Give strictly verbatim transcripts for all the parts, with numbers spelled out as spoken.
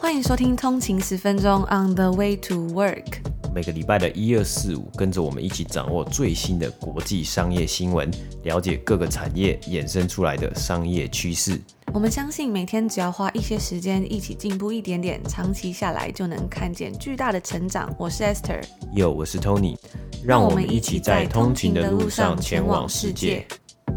欢迎收听通勤十分钟 On the way to work。 每个礼拜的一二四五，跟着我们一起掌握最新的国际商业新闻，了解各个产业衍生出来的商业趋势。 我们相信每天只要花一些时间一起进步一点点，长期下来就能看见巨大的成长。我是 Esther， Yo， 我是 Tony， 让我们一起在通勤的路上前往世界。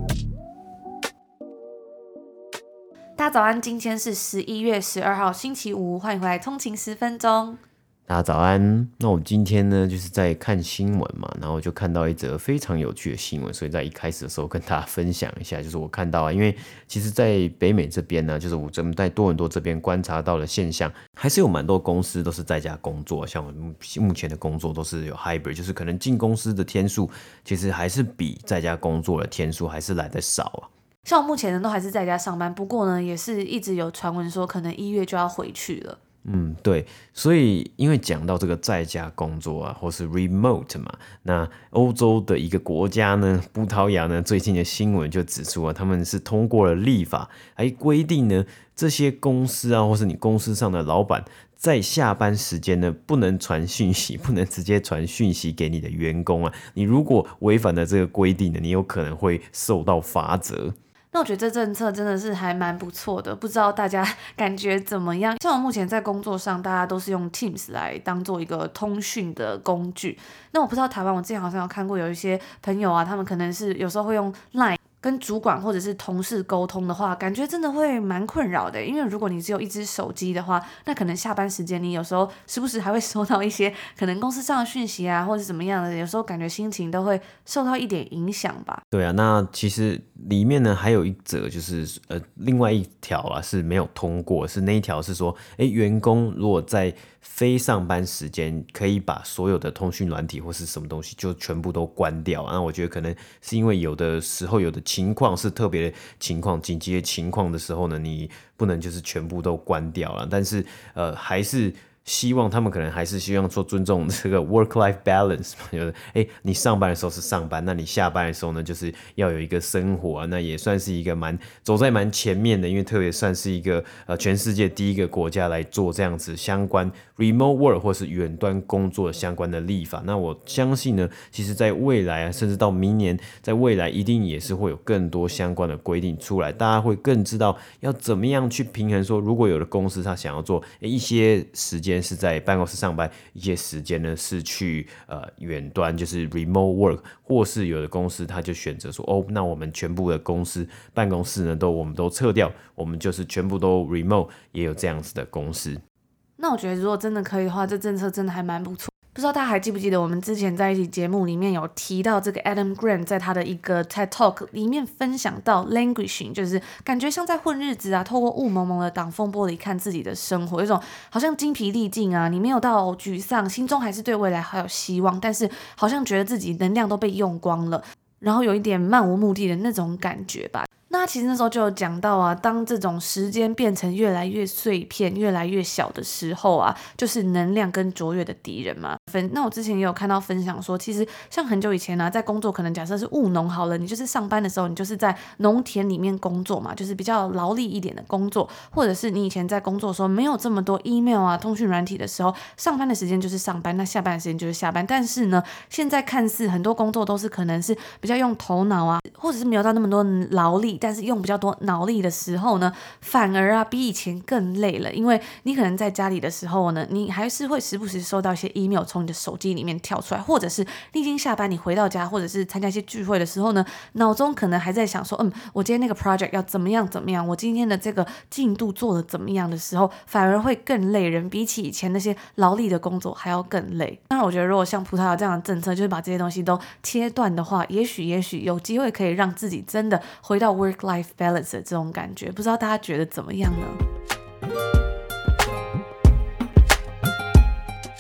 大家早安，今天是十一月十二号星期五，欢迎回来通勤十分钟。 大家早安。那我今天呢，就是在看新闻嘛，然后就看到一则非常有趣的新闻，所以在一开始的时候跟大家分享一下，就是我看到啊，因为其实在北美这边呢，就是我们在多伦多这边观察到的现象，还是有蛮多公司都是在家工作，像我们目前的工作都是有 hybrid， 就是可能进公司的天数其实还是比在家工作的天数还是来得少啊。 像我目前呢都还是在家上班，不过呢也是一直有传闻说可能一月就要回去了。 嗯，对，所以因为讲到这个在家工作啊，或是 remote 嘛，那欧洲的一个国家呢，葡萄牙呢，最近的新闻就指出啊，他们是通过了立法，还规定呢，这些公司啊，或是你公司上的老板，在下班时间呢，不能传讯息，不能直接传讯息给你的员工啊，你如果违反了这个规定呢，你有可能会受到罚则。 那我觉得这政策真的是还蛮不错的，不知道大家感觉怎么样？像我目前在工作上，大家都是用 Teams 来当做一个通讯的工具。那我不知道台湾，我之前好像有看过有一些朋友啊，他们可能是有时候会用 Line 跟主管或者是同事沟通的话，感觉真的会蛮困扰的。因为如果你只有一只手机的话，那可能下班时间你有时候时不时还会收到一些可能公司上的讯息啊，或者怎么样的，有时候感觉心情都会受到一点影响吧。 对啊，那其实里面呢还有一则就是呃另外一条啊是没有通过，是那一条是说，哎，员工如果在非上班时间可以把所有的通讯软体或是什么东西就全部都关掉。那我觉得可能是因为有的时候有的情况是特别的情况，紧急的情况的时候呢，你不能就是全部都关掉了，但是呃还是希望他们可能还是希望说尊重这个 work-life balance 嘛，就是哎，你上班的时候是上班，那你下班的时候呢，就是要有一个生活啊，那也算是一个蛮走在蛮前面的，因为特别算是一个呃全世界第一个国家来做这样子相关 remote work 或是远端工作相关的立法。那我相信呢，其实在未来啊，甚至到明年，在未来一定也是会有更多相关的规定出来，大家会更知道要怎么样去平衡说，如果有的公司他想要做一些时间是在办公室上班，一些时间呢是去呃远端，就是 remote work， 或是有的公司他就选择说，哦，那我们全部的公司办公室呢都我们都撤掉，我们就是全部都 remote， 也有这样子的公司。 那我觉得如果真的可以的话，这政策真的还蛮不错。不知道大家还记不记得我们之前在一期节目里面有提到这个 Adam Grant 在他的一个 TED Talk 里面分享到 languishing， 就是感觉像在混日子啊，透过雾蒙蒙的挡风玻璃看自己的生活，有一种好像精疲力尽啊，你没有到沮丧，心中还是对未来还有希望，但是好像觉得自己能量都被用光了，然后有一点漫无目的的那种感觉吧。那其实那时候就有讲到啊，当这种时间变成越来越碎片越来越小的时候啊，就是能量跟卓越的敌人嘛。那我之前也有看到分享说，其实像很久以前啊，在工作可能假设是务农好了，你就是上班的时候你就是在农田里面工作嘛，就是比较劳力一点的工作，或者是你以前在工作的时候没有这么多 email 啊通讯软体的时候，上班的时间就是上班，那下班的时间就是下班。但是呢，现在看似很多工作都是可能是比较用头脑啊，或者是没有到那么多劳力，但是用比较多脑力的时候呢，反而啊比以前更累了。因为你可能在家里的时候呢，你还是会时不时收到一些 email 从你的手机里面跳出来，或者是你已经下班，你回到家或者是参加一些聚会的时候呢，脑中可能还在想说，嗯，我今天那个 project 要怎么样怎么样，我今天的这个进度做得怎么样的时候，反而会更累人，比起以前那些劳力的工作还要更累。当然我觉得如果像葡萄牙这样的政策，就是把这些东西都切断的话，也许也许有机会可以让自己真的回到 work-life balance 的这种感觉，不知道大家觉得怎么样呢？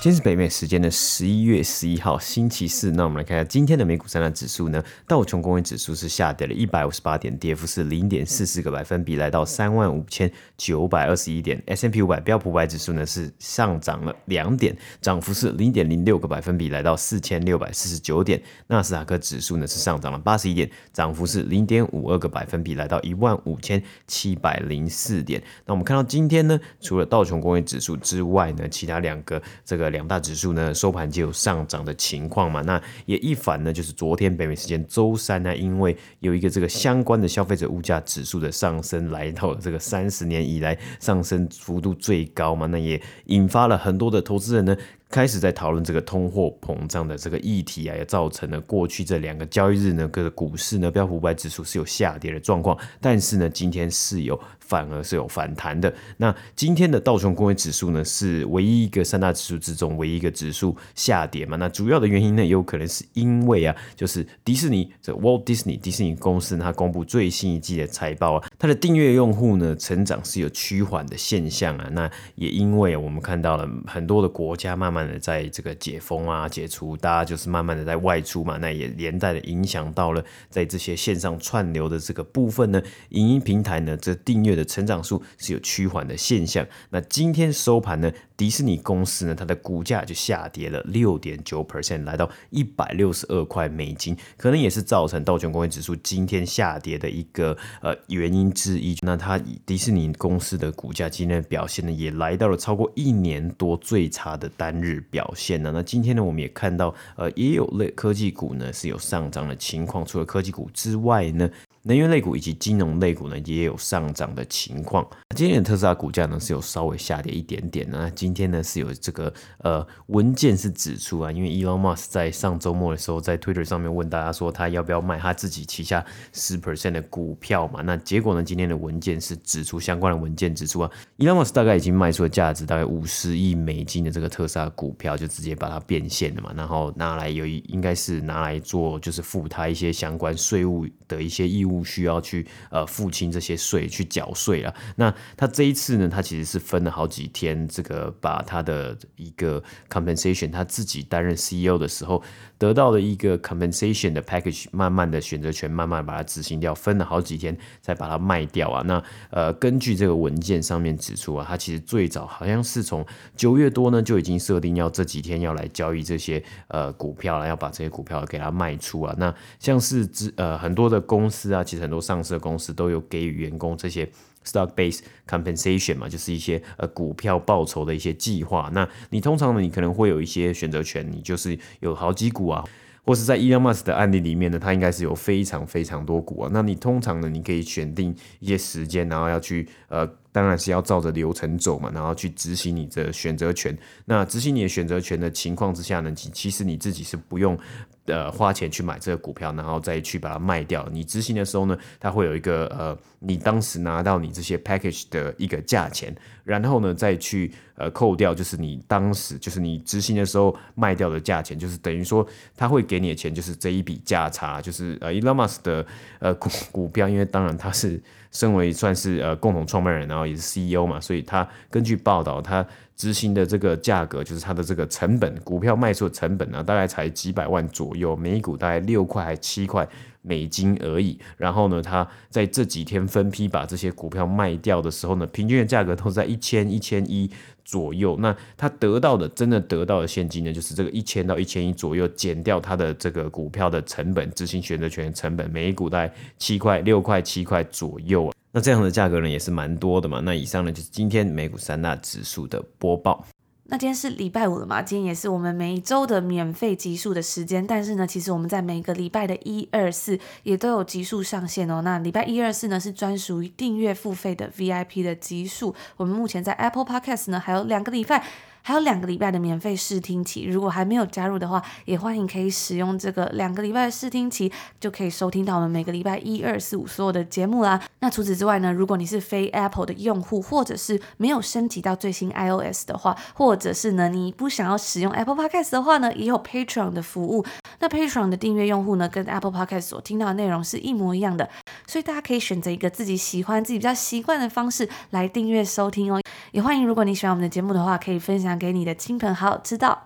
今天是北美时间的十一月十一号星期四，那我们来看一下今天的美股三大指数呢。道琼工业指数是下跌了一百五十八点，跌幅是 零点四四个百分比，来到三万五千九百二十一点。S and P 五百标普五百指数呢是上涨了两点，涨幅是 零点零六个百分比，来到四千六百四十九点。纳斯达克指数呢是上涨了八十一点，涨幅是 零点五二个百分比，来到一万五千七百零四点。那我们看到今天呢，除了道琼工业指数之外呢，其他两个这个两大指数呢收盘就有上涨的情况嘛。那也一反呢，就是昨天北美时间周三呢，因为有一个这个相关的消费者物价指数的上升，来到了这个三十年以来上升幅度最高嘛，那也引发了很多的投资人呢开始在讨论这个通货膨胀的这个议题啊，也造成了过去这两个交易日呢，各个股市呢，标普五百指数是有下跌的状况，但是呢，今天是有反而是有反弹的。那今天的道琼工业指数呢，是唯一一个三大指数之中唯一一个指数下跌嘛。那主要的原因呢，有可能是因为啊，就是迪士尼这 Walt Disney 迪士尼公司呢，它公布最新一季的财报啊，它的订阅用户呢成长是有趋缓的现象啊。那也因为我们看到了很多的国家慢慢的在这个解封啊解除，大家就是慢慢的在外出嘛，那也连带的影响到了在这些线上串流的这个部分呢，影音平台呢这订阅的成长数是有趋缓的现象。那今天收盘呢，迪士尼公司呢它的股价就下跌了 百分之六点九， 来到一百六十二块美金，可能也是造成道琼工业指数今天下跌的一个呃原因之一。那它迪士尼公司的股价今天的表现呢，也来到了超过一年多最差的单日表现呢。那今天呢，我们也看到呃也有类科技股呢是有上涨的情况，除了科技股之外呢，能源类股以及金融类股呢也有上涨的情况。今天的特斯拉股价呢是有稍微下跌一点点，那今天呢是有这个呃文件是指出啊，因为 Elon Musk 在上周末的时候在 Twitter 上面问大家说他要不要卖他自己旗下 百分之十 的股票嘛，那结果呢今天的文件是指出，相关的文件指出啊 Elon Musk 大概已经卖出了价值大概五十亿美金的这个特斯拉股票，就直接把它变现了嘛，然后拿来有应该是拿来做就是付他一些相关税务的一些义务，需要去呃付清这些税去缴税啊。那他这一次呢，他其实是分了好几天，这个把他的一个 compensation， 他自己担任 C E O 的时候得到的一个 compensation 的 package， 慢慢的选择权慢慢把它执行掉，分了好几天才把它卖掉啊。那呃，根据这个文件上面指出啊，他其实最早好像是从九月多呢就已经设定要这几天要来交易这些呃股票了，要把这些股票给它卖出啊。那像是呃很多的公司啊，其实很多上市的公司都有给予员工这些stock-based compensation 嘛，就是一些呃股票报酬的一些计划。那你通常呢，你可能会有一些选择权，你就是有好几股啊，或是在 Elon Musk 的案例里面呢，他应该是有非常非常多股啊。那你通常呢，你可以选定一些时间，然后要去呃。当然是要照着流程走嘛，然后去执行你的选择权。那执行你的选择权的情况之下呢，其实你自己是不用呃花钱去买这个股票，然后再去把它卖掉。你执行的时候呢，它会有一个呃你当时拿到你这些 package 的一个价钱，然后呢再去呃扣掉就是你当时就是你执行的时候卖掉的价钱，就是等于说他会给你的钱就是这一笔价差，就是呃 Elon Musk 的呃股股票，因为当然他是身为算是呃共同创办人，然后也是 C E O 嘛，所以他根据报道，他执行的这个价格就是他的这个成本，股票卖出的成本呢，大概才几百万左右，每一股大概六块还七块美金而已。然后呢，他在这几天分批把这些股票卖掉的时候呢，平均的价格都在一千、一千一左右。那他得到的真的得到的现金呢，就是这个一千到一千一左右，减掉他的这个股票的成本，执行选择权的成本，每一股大概七块、六块、七块左右。那这样的价格呢也是蛮多的嘛。那以上呢就是今天美股三大指数的播报。 那今天是礼拜五了嘛，今天也是我们每一周的免费集数的时间，但是呢其实我们在每个礼拜的一二四也都有集数上线哦。那礼拜一二四呢是专属于订阅付费的 V I P 的集数，我们目前在 Apple Podcast 呢还有两个礼拜还有两个礼拜的免费试听期，如果还没有加入的话，也欢迎可以使用这个两个礼拜的试听期，就可以收听到我们每个礼拜一二四五所有的节目啦。那除此之外呢，如果你是非 Apple 的用户，或者是没有升级到最新 iOS 的话，或者是呢你不想要使用 Apple Podcast 的话呢，也有 Patreon 的服务。那 Patreon 的订阅用户呢，跟 Apple Podcast 所听到的内容是一模一样的，所以大家可以选择一个自己喜欢、自己比较习惯的方式来订阅收听哦。也欢迎如果你喜欢我们的节目的话，可以分享享给你的亲朋好友知道。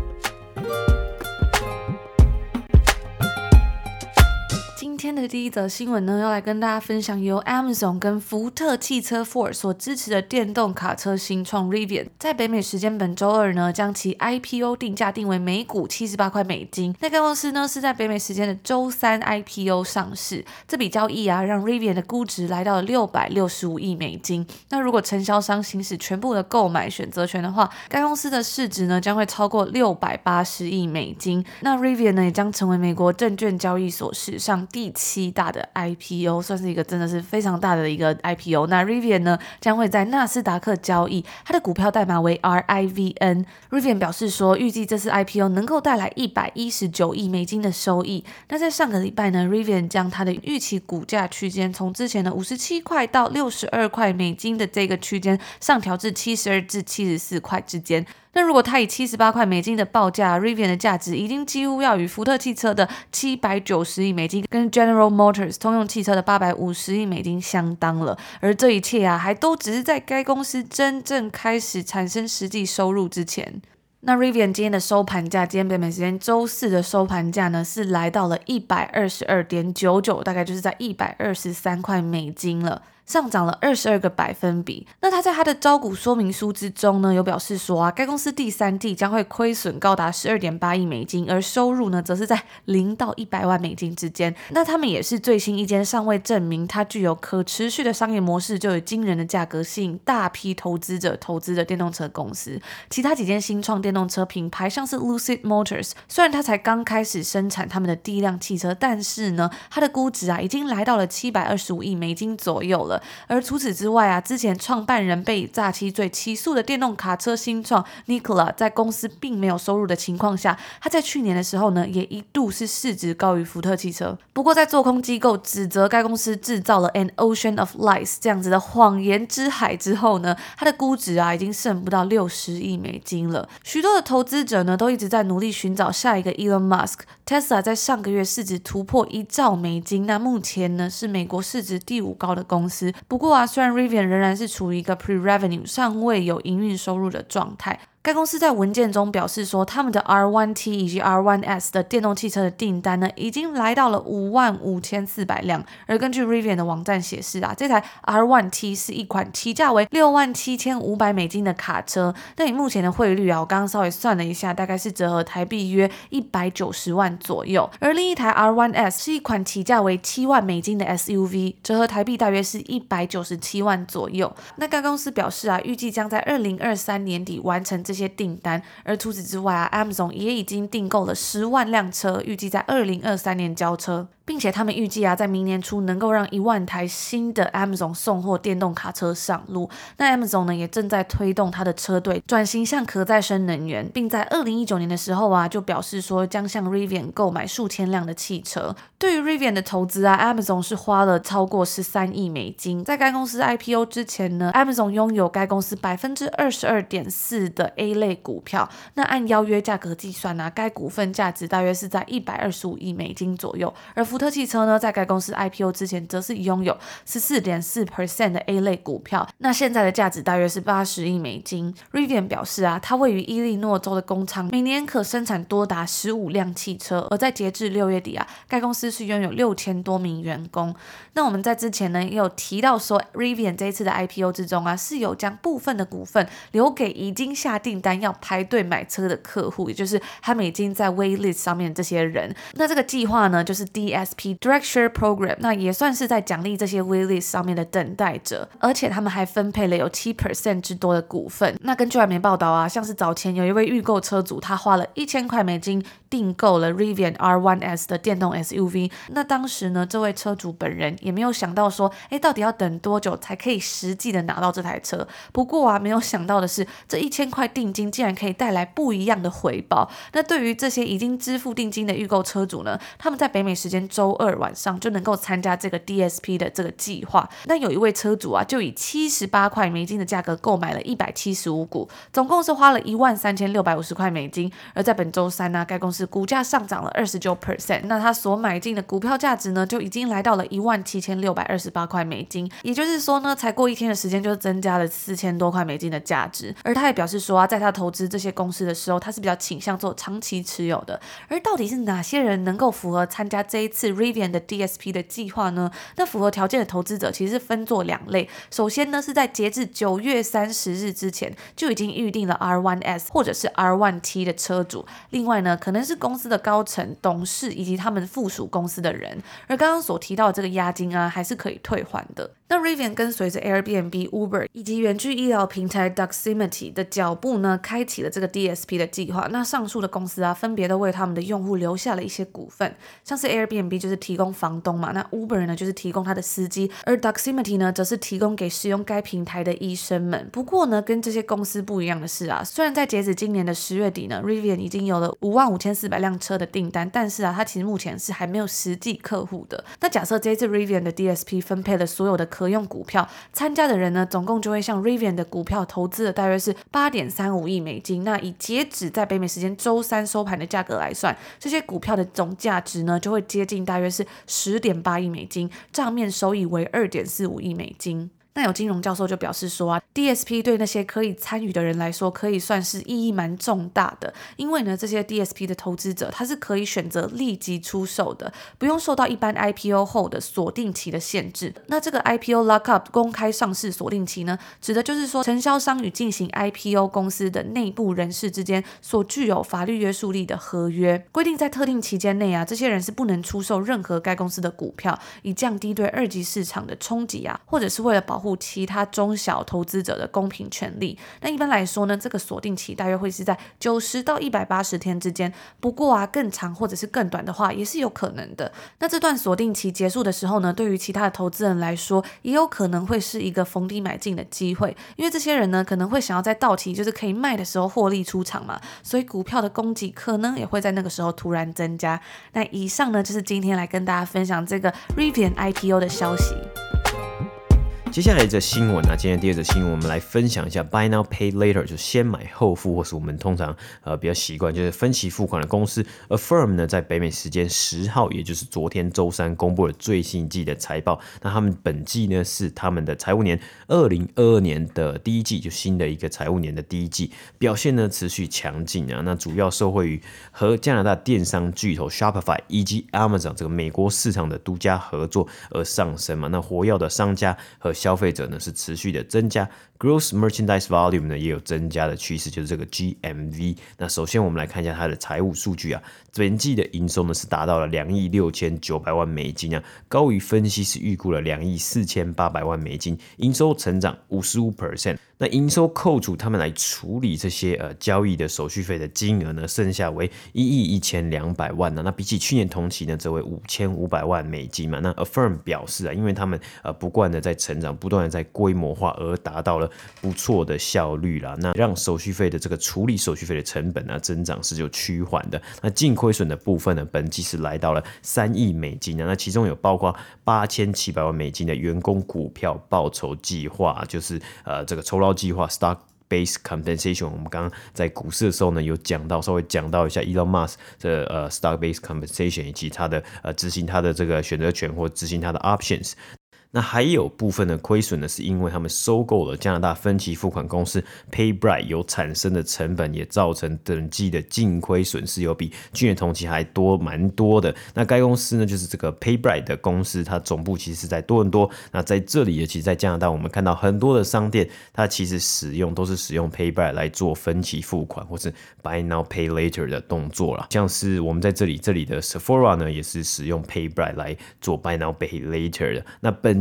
今天的第一则新闻呢，要来跟大家分享由 Amazon 跟福特汽车 Ford 所支持的电动卡车新创 Rivian， 在北美时间本周二呢，将其 I P O 定价定为每股七十八块美金。那该公司呢是在北美时间的周三 I P O 上市，这笔交易啊，让 Rivian 的估值来到了六百六十五亿美金。那如果承销商行使全部的购买选择权的话，该公司的市值呢将会超过六百八十亿美金。那 Rivian 呢也将成为美国证券交易所史上第七大的 I P O， 算是一个真的是非常大的一个 I P O。 那 Rivian 呢将会在纳斯达克交易，它的股票代码为 R I V N。 Rivian 表示说，预计这次 I P O 能够带来一百一十九亿美金的收益。那在上个礼拜呢， Rivian 将它的预期股价区间从之前的五十七块到六十二块美金的这个区间上调至七十二至七十四块之间。那如果它以七十八块美金的报价， Rivian 的价值已经几乎要与福特汽车的七百九十亿美金跟 General Motors 通用汽车的八百五十亿美金相当了。而这一切啊，还都只是在该公司真正开始产生实际收入之前。那 Rivian 今天的收盘价，今天北美时间周四的收盘价呢，是来到了 一百二十二点九九， 大概就是在一百二十三块美金了，上涨了二十二个百分比。那他在他的招股说明书之中呢，有表示说啊，该公司第三季将会亏损高达 十二点八亿美金，而收入呢，则是在零到一百万美金之间。那他们也是最新一间尚未证明它具有可持续的商业模式，就有惊人的价格吸引大批投资者投资的电动车公司。其他几间新创电动车品牌，像是 Lucid Motors， 虽然它才刚开始生产他们的第一辆汽车，但是呢，它的估值啊，已经来到了七百二十五亿美金左右了。而除此之外啊，之前创办人被诈欺罪起诉的电动卡车新创 Nikola， 在公司并没有收入的情况下，他在去年的时候呢，也一度是市值高于福特汽车。不过在做空机构指责该公司制造了 an ocean of lies 这样子的谎言之海之后呢，它的估值啊，已经剩不到六十亿美金了。许多的投资者呢，都一直在努力寻找下一个 Elon Musk。Tesla 在上个月市值突破一兆美金，那目前呢是美国市值第五高的公司。不过啊，虽然 Rivian 仍然是处于一个 pre-revenue 尚未有营运收入的状态。该公司在文件中表示说，他们的 R 一 T 以及 R 一 S 的电动汽车的订单呢，已经来到了五万五千四百辆。而根据 Rivian 的网站显示啊，这台 R 一 T 是一款起价为六万七千五百美金的卡车。那以目前的汇率啊，我刚刚稍微算了一下，大概是折合台币约一百九十万左右。而另一台 R 一 S 是一款起价为七万美金的 S U V， 折合台币大约是一百九十七万左右。那该公司表示啊，预计将在二零二三年底完成这些订单。而除此之外啊 Amazon 也已经订购了十万辆车，预计在二零二三年交车。并且他们预计啊，在明年初能够让一万台新的 Amazon 送货电动卡车上路。那 Amazon 呢，也正在推动它的车队转型向可再生能源，并在二零一九年的时候啊，就表示说将向 Rivian 购买数千辆的汽车。对于 Rivian 的投资啊 ，Amazon 是花了超过十三亿美金。在该公司 I P O 之前呢 ，Amazon 拥有该公司 百分之二十二点四 的 A 类股票。那按邀约价格计算啊，该股份价值大约是在一百二十五亿美金左右。而福特汽车呢，在该公司 I P O 之前，则是拥有 百分之十四点四 的 A 类股票，那现在的价值大约是八十亿美金。Rivian 表示啊，它位于伊利诺州的工厂每年可生产多达十五辆汽车，而在截至六月底啊，该公司是拥有六千多名员工。那我们在之前呢，也有提到说 Rivian 这一次的 I P O 之中啊，是有将部分的股份留给已经下订单要排队买车的客户，也就是他们已经在 waitlist 上面的这些人。那这个计划呢，就是 D S P Direct Share Program， 那也算是在奖励这些 waitlist 上面的等待者，而且他们还分配了有 百分之七 之多的股份。那根据外媒报道啊，像是早前有一位预购车主，他花了一千块美金订购了 Rivian R 一 S 的电动 S U V。那当时呢，这位车主本人也没有想到说，哎，到底要等多久才可以实际的拿到这台车？不过啊，没有想到的是，这一千块定金竟然可以带来不一样的回报。那对于这些已经支付定金的预购车主呢，他们在北美时间周二晚上就能够参加这个 D S P 的这个计划。那有一位车主啊，就以七十八块美金的价格购买了一百七十五股，总共是花了一万三千六百五十块美金。而在本周三呢、啊，该公司股价上涨了 百分之二十九， 那他所买进的股票价值呢，就已经来到了一万七千六百二十八块美金。也就是说呢，才过一天的时间就增加了四千多块美金的价值。而他也表示说啊，在他投资这些公司的时候，他是比较倾向做长期持有的。而到底是哪些人能够符合参加这一次 Rivian 的 D S P 的计划呢？那符合条件的投资者其实是分作两类。首先呢，是在截至九月三十日之前就已经预定了 R 一 S 或者是 R 一 T 的车主。另外呢，可能是公司的高层、董事以及他们附属公司的人。而刚刚所提到的这个押金啊，还是可以退还的。那 Rivian 跟随着 Airbnb、Uber 以及远距医疗平台 Doximity 的脚步呢，开启了这个 D S P 的计划。那上述的公司啊，分别都为他们的用户留下了一些股份，像是 Airbnb 就是提供房东嘛，那 Uber 呢就是提供他的司机，而 Doximity 呢则是提供给使用该平台的医生们。不过呢，跟这些公司不一样的是啊，虽然在截止今年的十月底呢 ，Rivian 已经有了五万五千四百辆车的订单，但是啊，它其实目前是还没有实际客户的。那假设这次 Rivian 的 D S P 分配了所有的可用股票，参加的人呢，总共就会向 Rivian 的股票投资的大约是 八点三五亿美金。那以截止在北美时间周三收盘的价格来算，这些股票的总价值呢，就会接近大约是 十点八亿美金，账面收益为 二点四五亿美金。那有金融教授就表示说啊 ，D S P 对那些可以参与的人来说，可以算是意义蛮重大的，因为呢，这些 D S P 的投资者他是可以选择立即出售的，不用受到一般 I P O 后的锁定期的限制。那这个 I P O Lockup 公开上市锁定期呢，指的就是说承销商与进行 I P O 公司的内部人士之间所具有法律约束力的合约，规定在特定期间内啊，这些人是不能出售任何该公司的股票，以降低对二级市场的冲击啊，或者是为了保护其他中小投资者的公平权利。那一般来说呢，这个锁定期大约会是在九十到一百八十天之间，不过啊，更长或者是更短的话也是有可能的。那这段锁定期结束的时候呢，对于其他的投资人来说，也有可能会是一个逢低买进的机会，因为这些人呢可能会想要在到期就是可以卖的时候获利出场嘛，所以股票的供给可能也会在那个时候突然增加。那以上呢就是今天来跟大家分享这个 Rivian I P O 的消息。 接下来这新闻啊，今天第二则新闻，我们来分享一下 Buy Now Pay Later， 就先买后付，或是我们通常呃比较习惯就是分期付款的公司 Affirm 呢，在北美时间十号，也就是昨天周三公布了最新一季的财报。那他们本季呢是他们的财务年二零二二年的第一季，就新的一个财务年的第一季，表现呢持续强劲啊。那主要受惠于和加拿大电商巨头 Shopify 以及 Amazon 这个美国市场的独家合作而上升嘛。那活跃的商家和消费者呢是持续的增加 ，Gross Merchandise Volume 呢也有增加的趋势，就是这个 G M V。那首先我们来看一下它的财务数据啊，本季的营收呢是达到了两亿六千九百万美金啊，高于分析师预估了两亿四千八百万美金，营收成长 百分之五十五。那营收扣除他们来处理这些呃交易的手续费的金额呢，剩下为一亿一千两百万呢。那比起去年同期呢，则为五千五百万美金嘛。那 Affirm 表示啊，因为他们呃不断的在成长，不断的在规模化，而达到了不错的效率啦。那让手续费的这个处理手续费的成本啊增长是有趋缓的。那净亏损的部分呢，本季是来到了三亿美金啊。那其中有包括八千七百万美金的员工股票报酬计划，就是呃这个酬劳计划 stock。Base compensation， 我们刚刚在股市的时候呢，有讲到，稍微讲到一下 Elon Musk 的呃 stock based compensation 以及他的呃执行他的这个选择权或执行他的 options。那还有部分的亏损呢，是因为他们收购了加拿大分期付款公司 PayBright 有产生的成本，也造成等季的净亏损是有比去年同期还多蛮多的。那该公司呢，就是这个 PayBright 的公司，它总部其实是在多伦多。那在这里，其实在加拿大，我们看到很多的商店，它其实使用都是使用 PayBright 来做分期付款或是 Buy Now Pay Later 的动作啦。像是我们在这里这里的 Sephora 呢，也是使用 PayBright 来做 Buy Now Pay Later 的。那本本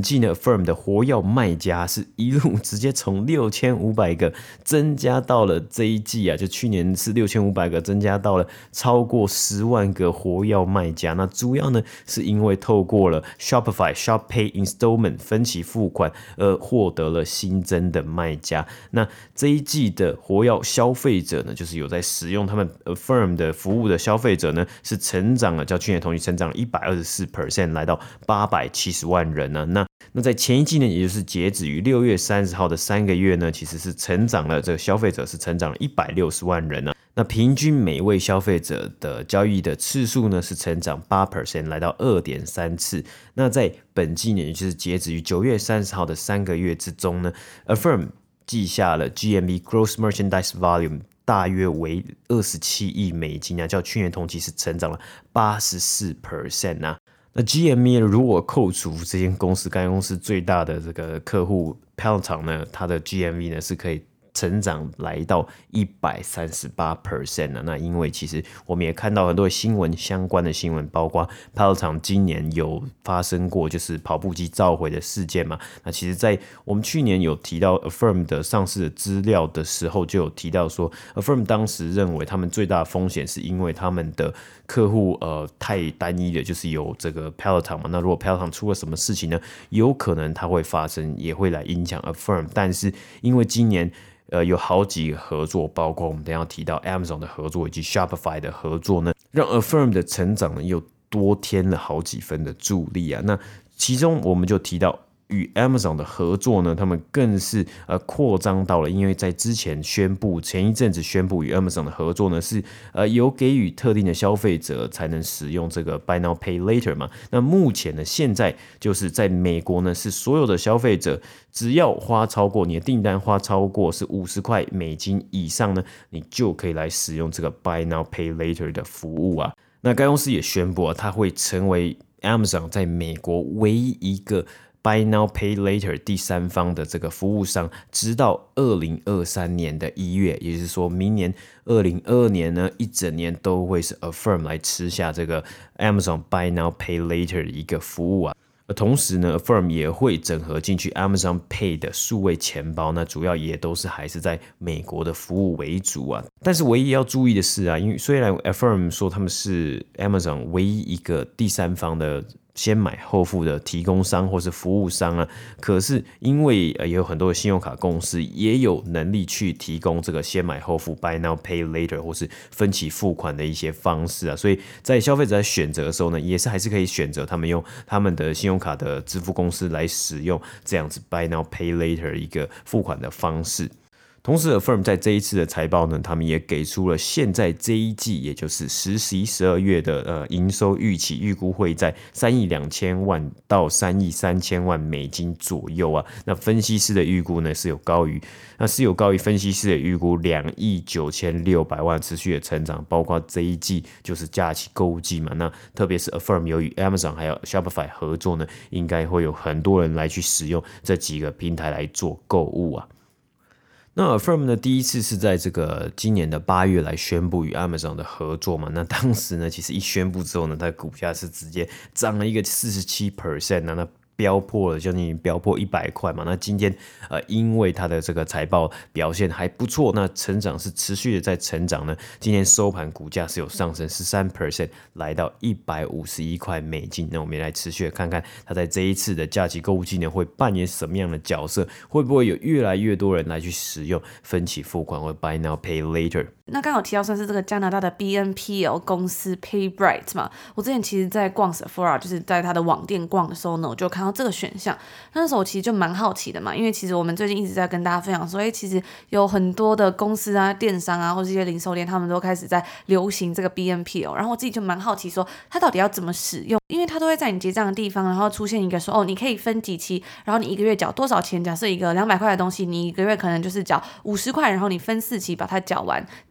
季呢 Affirm 的活跃卖家是一路直接从六千五百个增加到了这一季啊，就去年是六千五百个增加到了超过十万个活跃卖家。那主要呢是因为透过了 Shopify Shop Pay Installment 分期付款而获得了新增的卖家。那这一季的活跃消费者呢，就是有在使用他们 Affirm 的服务的消费者呢，是成长了，较去年同期成长了 百分之一百二十四， 来到八百七十万人呢、啊。那那在前一季呢，也就是截止于六月三十号的三个月呢，其实是成长了，这个消费者是成长了一百六十万人呢、啊。那平均每位消费者的交易的次数呢，是成长 百分之八， 来到 二点三次。那在本季呢，也就是截止于九月三十号的三个月之中呢 ，Affirm 记下了 G M V Gross Merchandise Volume 大约为二十七亿美金啊，较去年同期是成长了 百分之八十四 啊。那 G M V 如果扣除这间公司，该公司最大的这个客户 Peloton 呢，它的 G M V 呢是可以成长来到 百分之一百三十八 啊。那因为其实我们也看到很多新闻，相关的新闻，包括 Peloton 今年有发生过就是跑步机召回的事件嘛。那其实在我们去年有提到 Affirm 的上市的资料的时候，就有提到说 Affirm 当时认为他们最大的风险是因为他们的客户呃太单一的，就是有这个 Peloton 嘛。那如果 Peloton 出了什么事情呢，有可能它会发生，也会来影响 Affirm。但是因为今年呃，有好几个合作，包括我们等一下提到 Amazon 的合作以及 Shopify 的合作呢，让 Affirm 的成长呢又多添了好几分的助力啊。那其中我们就提到与 Amazon 的合作呢，他们更是呃扩张到了，因为在之前宣布前一阵子宣布与 Amazon 的合作呢，是呃有给予特定的消费者才能使用这个 Buy Now Pay Later 嘛。那目前呢，现在就是在美国呢，是所有的消费者只要花超过你的订单花超过是五十块美金以上呢，你就可以来使用这个 Buy Now Pay Later 的服务啊。那该公司也宣布啊，它会成为 Amazon 在美国唯一一个Buy Now Pay Later 第三方的这个服务商，直到二零二三年的一月，也就是说明年二零二二年呢，一整年都会是 Affirm 来吃下这个 Amazon Buy Now Pay Later 的一个服务啊。而同时呢 Affirm 也会整合进去 Amazon Pay 的数位钱包，那主要也都是还是在美国的服务为主啊。但是唯一要注意的是啊，因为虽然 Affirm 说他们是 Amazon 唯一一个第三方的先买后付的提供商或是服务商啊，可是因为也有很多的信用卡公司也有能力去提供这个先买后付 Buy Now Pay Later 或是分期付款的一些方式啊，所以在消费者在选择的时候呢，也是还是可以选择他们用他们的信用卡的支付公司来使用这样子 Buy Now Pay Later 一个付款的方式。同时 Affirm 在这一次的财报呢，他们也给出了现在这一季，也就是十、十一、十二月的呃营收预期，预估会在三亿两千万到三亿三千万美金左右啊。那分析师的预估呢是有高于，那是有高于分析师的预估两亿九千六百万持续的成长，包括这一季就是假期购物季嘛。那特别是 Affirm 由于 Amazon 还有 Shopify 合作呢，应该会有很多人来去使用这几个平台来做购物啊。那 Affirm 呢，第一次是在这个今年的八月来宣布与 Amazon 的合作嘛。那当时呢，其实一宣布之后呢，它的股价是直接涨了一个 百分之四十七 那那飙破了，将近飙破一百块嘛。那今天呃，因为它的这个财报表现还不错，那成长是持续的在成长呢。今天收盘股价是有上升 百分之十三， 来到一百五十一块美金。那我们也来持续的看看它在这一次的假期购物季呢，会扮演什么样的角色？会不会有越来越多人来去使用分期付款或 Buy Now Pay Later？ 那刚好提到算是这个加拿大的 B N P L 公司 PayBright 嘛，我之前其实在逛 Sephora， 就是在它的网店逛的时候呢，我就看到这个选项，那时候我其实就蛮好奇的嘛，因为其实我们最近一直在跟大家分享说，哎，其实有很多的公司啊、电商啊，或是一些零售店，他们都开始在流行这个 B N P L， 然后我自己就蛮好奇说，它到底要怎么使用？因为它都会在你结账的地方，然后出现一个说，哦，你可以分几期，然后你一个月缴多少钱？假设一个两百块的东西，你一个月可能就是缴五十块，然后你分四期把它缴完的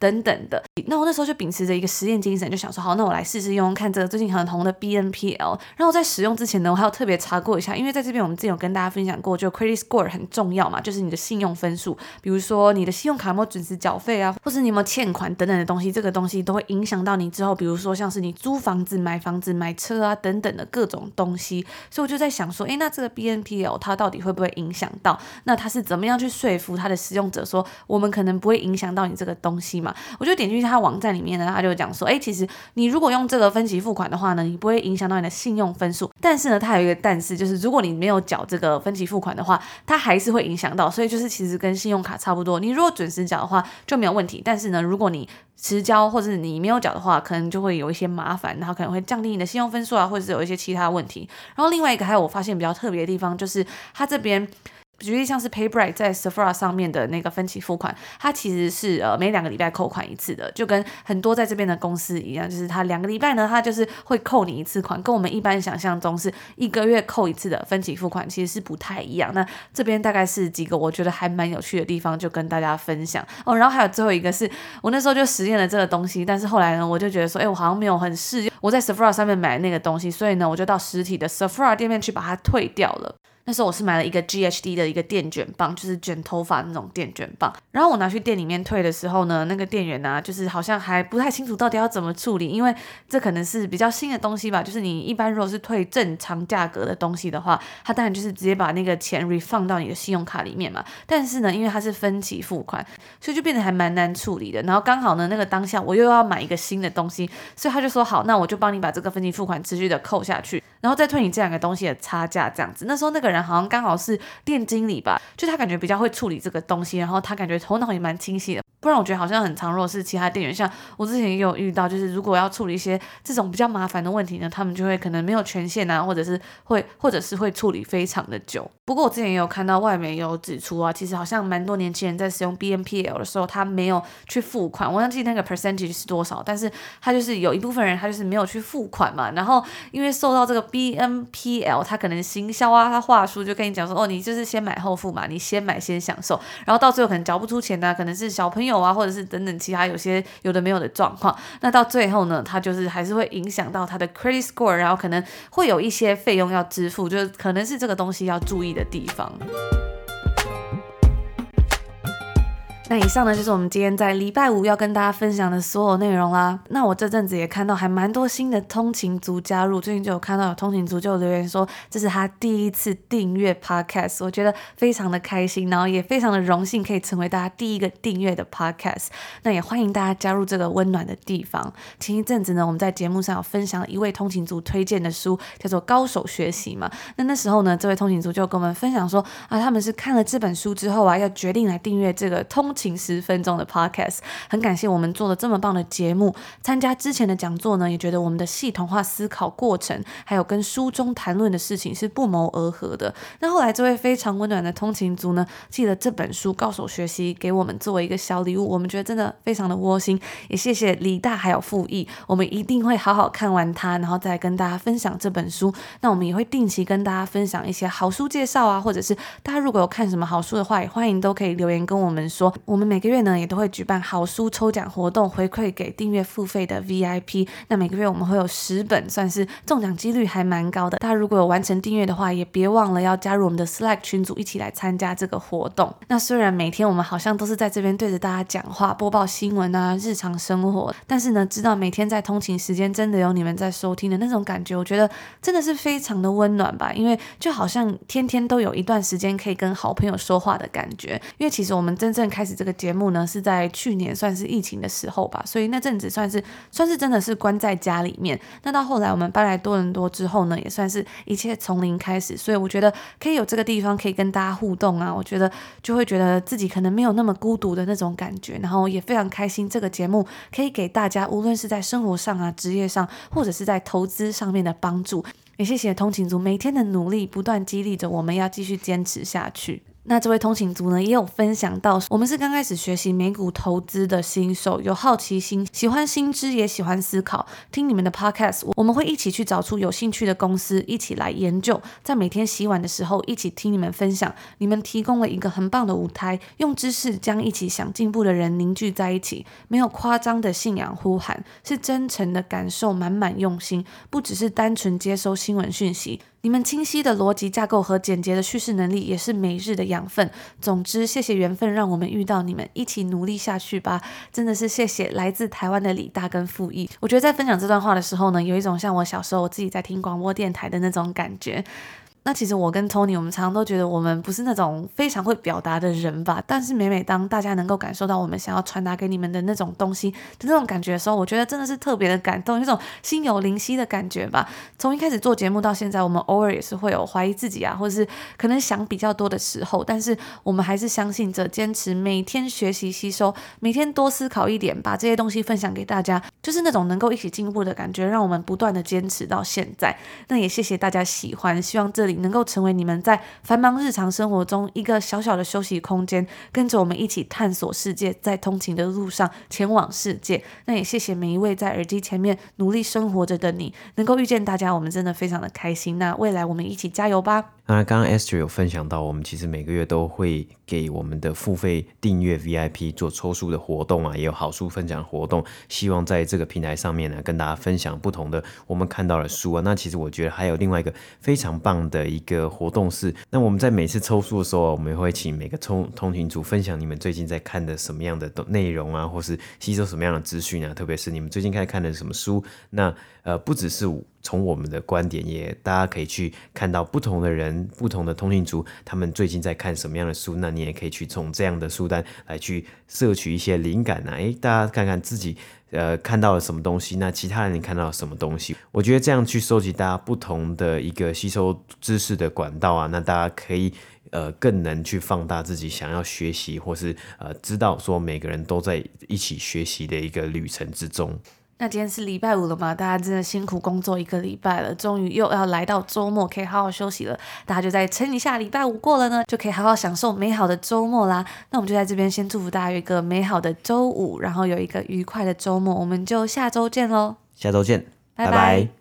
等等的。那我那时候就秉持着一个实验精神，就想说好，那我来试试用看这个最近很红的 B N P L。 然后在使用之前呢，我还有特别查过一下，因为在这边我们之前有跟大家分享过，就 credit score 很重要嘛，就是你的信用分数，比如说你的信用卡有没有准时缴费啊，或是你有没有欠款等等的东西，这个东西都会影响到你之后，比如说像是你租房子、买房子、买车啊等等的各种东西。所以我就在想说，诶，那这个 B N P L 它到底会不会影响到？那它是怎么样去说服它的使用者说我们可能不会影响到你这个东西嘛？我就点进去它网站里面呢，它就讲说，诶，其实你如果用这个分期付款的话呢，你不会影响到你的信用分数，但是呢，它有一个但是，就是如果你没有缴这个分期付款的话，它还是会影响到。所以就是其实跟信用卡差不多，你如果准时缴的话就没有问题，但是呢，如果你迟交或者你没有缴的话，可能就会有一些麻烦，然后可能会降低你的信用分数啊，或者是有一些其他问题。然后另外一个还有我发现比较特别的地方，就是它这边举例像是 PayBright 在 Sephora 上面的那个分期付款，它其实是呃每两个礼拜扣款一次的，就跟很多在这边的公司一样，就是它两个礼拜呢，它就是会扣你一次款，跟我们一般想象中是一个月扣一次的分期付款其实是不太一样。那这边大概是几个我觉得还蛮有趣的地方，就跟大家分享哦。然后还有最后一个是我那时候就实验了这个东西，但是后来呢，我就觉得说，哎，我好像没有很适用我在 Sephora 上面买那个东西，所以呢，我就到实体的 Sephora 店面去把它退掉了。那时候我是买了一个 G H D 的一个电卷棒，就是卷头发那种电卷棒。然后我拿去店里面退的时候呢，那个店员啊，就是好像还不太清楚到底要怎么处理，因为这可能是比较新的东西吧。就是你一般如果是退正常价格的东西的话，它当然就是直接把那个钱 refund 到你的信用卡里面嘛。但是呢，因为它是分期付款，所以就变得还蛮难处理的。然后刚好呢，那个当下我又要买一个新的东西，所以他就说好，那我就帮你把这个分期付款持续的扣下去，然后再退你这两个东西的差价这样子。那时候那个人好像刚好是店经理吧，就他感觉比较会处理这个东西，然后他感觉头脑也蛮清晰的。不然我觉得好像很常，如果是其他店员，像我之前也有遇到，就是如果要处理一些这种比较麻烦的问题呢，他们就会可能没有权限啊，或者是会或者是会处理非常的久。不过我之前也有看到外媒有指出啊，其实好像蛮多年轻人在使用 B N P L 的时候，他没有去付款，我忘记那个 percentage 是多少，但是他就是有一部分人他就是没有去付款嘛，然后因为受到这个 B N P L 他可能行销啊，他话术就跟你讲说，哦，你就是先买后付嘛，你先买先享受，然后到最后可能交不出钱啊，可能是小朋友啊，或者是等等其他有些有的没有的状况，那到最后呢，他就是还是会影响到他的 credit score， 然后可能会有一些费用要支付，就是可能是这个东西要注意的地方。那以上呢就是我们今天在礼拜五要跟大家分享的所有内容啦。那我这阵子也看到还蛮多新的通勤族加入，最近就有看到有通勤族就留言说这是他第一次订阅 podcast， 我觉得非常的开心，然后也非常的荣幸可以成为大家第一个订阅的 podcast。 那也欢迎大家加入这个温暖的地方。前一阵子呢，我们在节目上有分享了一位通勤族推荐的书，叫做高手学习嘛。那那时候呢，这位通勤族就跟我们分享说啊，他们是看了这本书之后啊，要决定来订阅这个通勤十分钟的 podcast。 很感谢我们做了这么棒的节目，参加之前的讲座呢，也觉得我们的系统化思考过程还有跟书中谈论的事情是不谋而合的。那后来这位非常温暖的通勤族呢，寄了这本书高手学习给我们作为一个小礼物，我们觉得真的非常的窝心，也谢谢李大还有傅毅，我们一定会好好看完它，然后再跟大家分享这本书。那我们也会定期跟大家分享一些好书介绍啊，或者是大家如果有看什么好书的话，也欢迎都可以留言跟我们说。我们每个月呢也都会举办好书抽奖活动，回馈给订阅付费的 V I P。 那每个月我们会有十本，算是中奖几率还蛮高的。大家如果有完成订阅的话，也别忘了要加入我们的 Slack 群组，一起来参加这个活动。那虽然每天我们好像都是在这边对着大家讲话，播报新闻啊，日常生活，但是呢，知道每天在通勤时间真的有你们在收听的那种感觉，我觉得真的是非常的温暖吧。因为就好像天天都有一段时间可以跟好朋友说话的感觉。因为其实我们真正开始这个节目呢，是在去年算是疫情的时候吧，所以那阵子算是算是真的是关在家里面。那到后来我们搬来多伦多之后呢，也算是一切从零开始，所以我觉得可以有这个地方可以跟大家互动啊，我觉得就会觉得自己可能没有那么孤独的那种感觉，然后也非常开心这个节目可以给大家无论是在生活上啊、职业上，或者是在投资上面的帮助。也谢谢通勤族每天的努力，不断激励着我们要继续坚持下去。 那这位通勤族呢，也有分享到，我们是刚开始学习美股投资的新手，有好奇心，喜欢新知，也喜欢思考。听你们的 podcast， 我们会一起去找出有兴趣的公司，一起来研究。在每天洗碗的时候，一起听你们分享。你们提供了一个很棒的舞台，用知识将一起想进步的人凝聚在一起。没有夸张的信仰呼喊，是真诚的感受，满满用心，不只是单纯接收新闻讯息。你们清晰的逻辑架构和简洁的叙事能力也是每日的养分。总之，谢谢缘分让我们遇到你们，一起努力下去吧。真的是谢谢来自台湾的李大跟傅毅。我觉得在分享这段话的时候呢，有一种像我小时候我自己在听广播电台的那种感觉。那其实我跟 Tony 我们常常都觉得我们不是那种非常会表达的人吧，但是每每当大家能够感受到我们想要传达给你们的那种东西的那种感觉的时候，我觉得真的是特别的感动，有一种心有灵犀的感觉吧。从一开始做节目到现在，我们偶尔也是会有怀疑自己啊，或者是可能想比较多的时候，但是我们还是相信着坚持每天学习吸收，每天多思考一点，把这些东西分享给大家，就是那种能够一起进步的感觉，让我们不断的坚持到现在。那也谢谢大家喜欢，希望这里能够成为你们在繁忙日常生活中一个小小的休息空间，跟着我们一起探索世界，在通勤的路上前往世界。那也谢谢每一位在耳机前面努力生活着的你，能够遇见大家，我们真的非常的开心。那未来我们一起加油吧。 那刚刚 Esther 有分享到，我们其实每个月都会给我们的付费订阅 V I P 做抽书的活动啊，也有好书分享活动，希望在这个平台上面呢，跟大家分享不同的我们看到的书啊。那其实我觉得还有另外一个非常棒的一个活动是，那我们在每次抽书的时候，我们会请每个通通勤组分享你们最近在看的什么样的内容啊，或是吸收什么样的资讯啊，特别是你们最近在看的什么书。那呃，不只是从我们的观点，也大家可以去看到不同的人、不同的通勤族，他们最近在看什么样的书。那你也可以去从这样的书单来去摄取一些灵感啊，诶，大家看看自己呃看到了什么东西，那其他人看到了什么东西。我觉得这样去收集大家不同的一个吸收知识的管道啊，那大家可以呃更能去放大自己想要学习，或是呃知道说每个人都在一起学习的一个旅程之中。 那今天是礼拜五了嘛，大家真的辛苦工作一个礼拜了，终于又要来到周末，可以好好休息了。大家就再撑一下，礼拜五过了呢，就可以好好享受美好的周末啦。那我们就在这边先祝福大家有一个美好的周五，然后有一个愉快的周末，我们就下周见咯。 下周见， 拜拜。 拜拜。